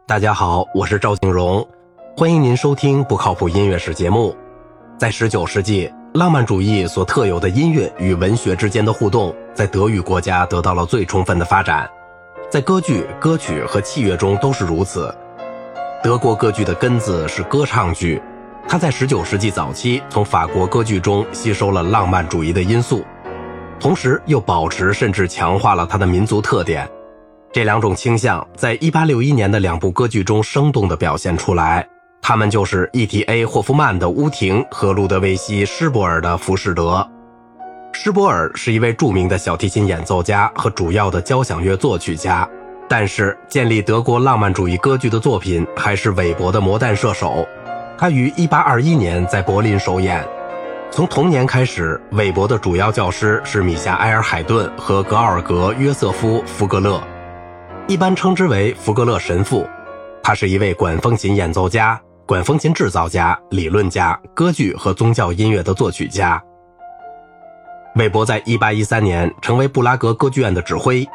大家好，我是赵景荣，欢迎您收听不靠谱音乐史节目。在19世纪，浪漫主义所特有的音乐与文学之间的互动，在德语国家得到了最充分的发展，在歌剧、歌曲和器乐中都是如此。德国歌剧的根子是歌唱剧，它在19世纪早期从法国歌剧中吸收了浪漫主义的因素，同时又保持甚至强化了它的民族特点。这两种倾向在1861年的两部歌剧中生动地表现出来，他们就是 E.T.A. 霍夫曼的《乌廷》和路德维希·施伯尔的《浮士德》。施伯尔是一位著名的小提琴演奏家和主要的交响乐作曲家，但是建立德国浪漫主义歌剧的作品还是韦伯的《魔弹射手》，他于1821年在柏林首演。从同年开始，韦伯的主要教师是米夏埃尔·海顿和格奥尔格·约瑟夫·福格勒，一般称之为福格勒神父。他是一位管风琴演奏家、管风琴制造家、理论家、歌剧和宗教音乐的作曲家。韦伯在1813年成为布拉格歌剧院的指挥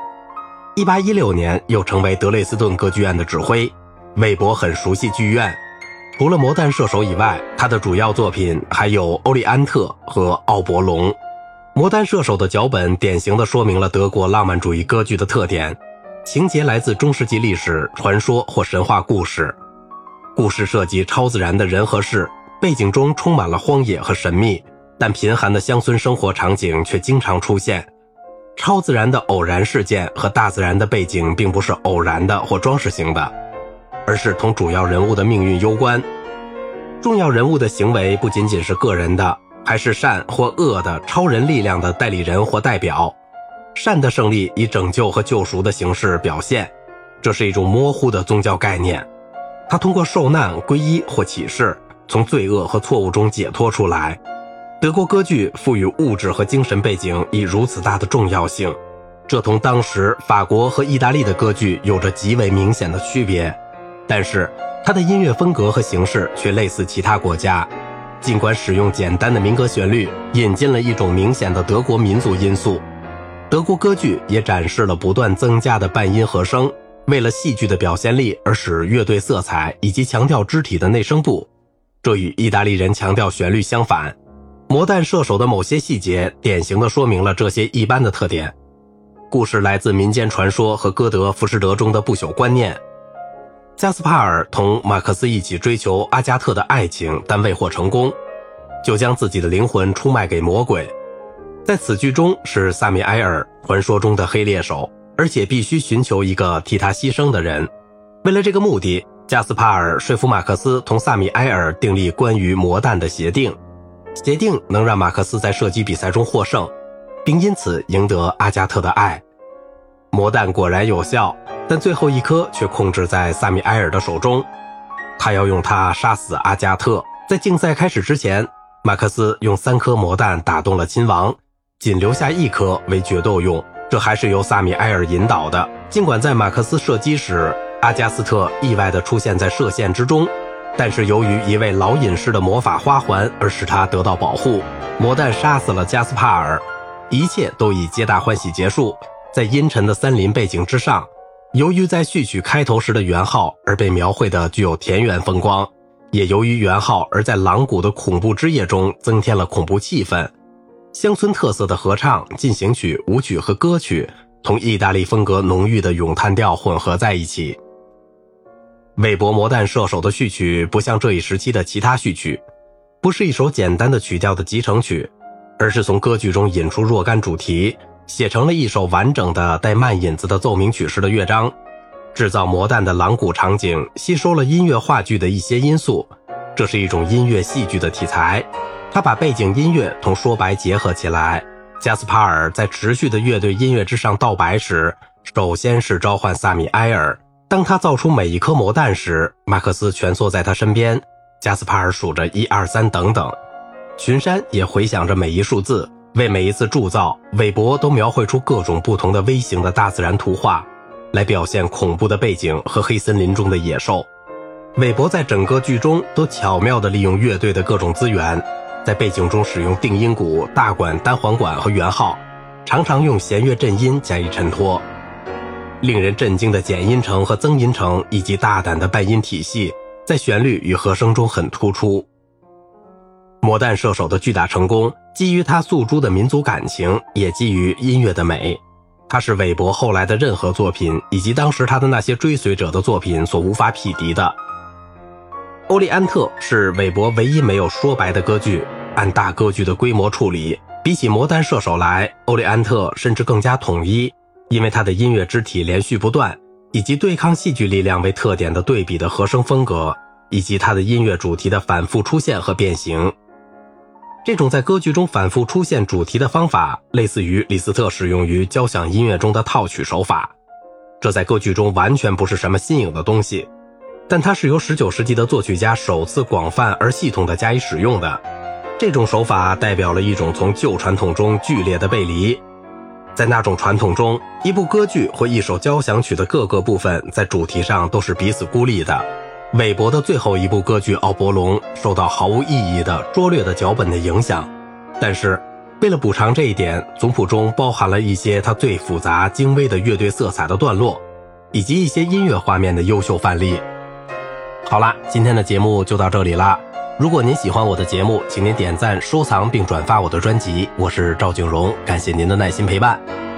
，1816年又成为德累斯顿歌剧院的指挥。韦伯很熟悉剧院，除了《魔弹射手》以外，他的主要作品还有《欧利安特》和《奥伯龙》。《魔弹射手》的脚本典型地说明了德国浪漫主义歌剧的特点，情节来自中世纪历史、传说或神话故事，故事涉及超自然的人和事，背景中充满了荒野和神秘，但贫寒的乡村生活场景却经常出现。超自然的偶然事件和大自然的背景并不是偶然的或装饰性的，而是同主要人物的命运攸关。重要人物的行为不仅仅是个人的，还是善或恶的超人力量的代理人或代表。善的胜利以拯救和救赎的形式表现，这是一种模糊的宗教概念，它通过受难、皈依或启示，从罪恶和错误中解脱出来。德国歌剧赋予物质和精神背景以如此大的重要性，这同当时法国和意大利的歌剧有着极为明显的区别，但是它的音乐风格和形式却类似其他国家，尽管使用简单的民歌旋律，引进了一种明显的德国民族因素。德国歌剧也展示了不断增加的半音和声，为了戏剧的表现力而使乐队色彩以及强调肢体的内声部，这与意大利人强调旋律相反。魔弹射手的某些细节典型地说明了这些一般的特点。故事来自民间传说和歌德《浮士德》中的不朽观念。加斯帕尔同马克思一起追求阿加特的爱情，但未获成功，就将自己的灵魂出卖给魔鬼。在此剧中是萨米埃尔，传说中的黑猎手，而且必须寻求一个替他牺牲的人。为了这个目的，加斯帕尔说服马克思同萨米埃尔订立关于魔弹的协定，协定能让马克思在射击比赛中获胜，并因此赢得阿加特的爱。魔弹果然有效，但最后一颗却控制在萨米埃尔的手中，他要用它杀死阿加特。在竞赛开始之前，马克思用3颗魔弹打动了亲王，仅留下1颗为决斗用，这还是由萨米埃尔引导的。尽管在马克思射击时，阿加斯特意外地出现在射线之中，但是由于一位老隐士的魔法花环而使他得到保护，魔弹杀死了加斯帕尔，一切都以皆大欢喜结束。在阴沉的森林背景之上，由于在序曲开头时的圆号而被描绘的具有田园风光，也由于圆号而在狼谷的恐怖之夜中增添了恐怖气氛。乡村特色的合唱、进行曲、舞曲和歌曲同意大利风格浓郁的咏叹调混合在一起。韦伯魔弹射手的序曲不像这一时期的其他序曲，不是一首简单的曲调的集成曲，而是从歌剧中引出若干主题，写成了一首完整的带慢引子的奏鸣曲式的乐章。制造魔弹的狼谷场景吸收了音乐话剧的一些因素，这是一种音乐戏剧的题材，他把背景音乐同说白结合起来。加斯帕尔在持续的乐队音乐之上道白时，首先是召唤萨米埃尔。当他造出每一颗魔弹时，马克思蜷缩在他身边，加斯帕尔数着1、2、3等等，群山也回响着每一数字。为每一次铸造，韦伯都描绘出各种不同的微型的大自然图画，来表现恐怖的背景和黑森林中的野兽。韦伯在整个剧中都巧妙地利用乐队的各种资源，在背景中使用定音鼓、大管、单簧管和圆号，常常用弦乐震音加以衬托。 令人震惊的减音程和增音程以及大胆的半音体系，在旋律与和声中很突出。魔弹射手的巨大成功，基于他诉诸的民族感情，也基于音乐的美。它是韦伯后来的任何作品，以及当时他的那些追随者的作品所无法匹敌的。欧利安特是韦伯唯一没有说白的歌剧，按大歌剧的规模处理，比起魔弹射手来，欧利安特甚至更加统一，因为他的音乐肢体连续不断，以及对抗戏剧力量为特点的对比的和声风格，以及他的音乐主题的反复出现和变形。这种在歌剧中反复出现主题的方法，类似于李斯特使用于交响音乐中的套曲手法。这在歌剧中完全不是什么新颖的东西，但它是由19世纪的作曲家首次广泛而系统地加以使用的。这种手法代表了一种从旧传统中剧烈的背离。在那种传统中，一部歌剧或一首交响曲的各个部分在主题上都是彼此孤立的。韦伯的最后一部歌剧《奥伯龙》受到毫无意义的拙劣的脚本的影响，但是为了补偿这一点，总谱中包含了一些他最复杂精微的乐队色彩的段落，以及一些音乐画面的优秀范例。好啦，今天的节目就到这里啦。如果您喜欢我的节目，请您点赞、收藏并转发我的专辑。我是赵景荣，感谢您的耐心陪伴。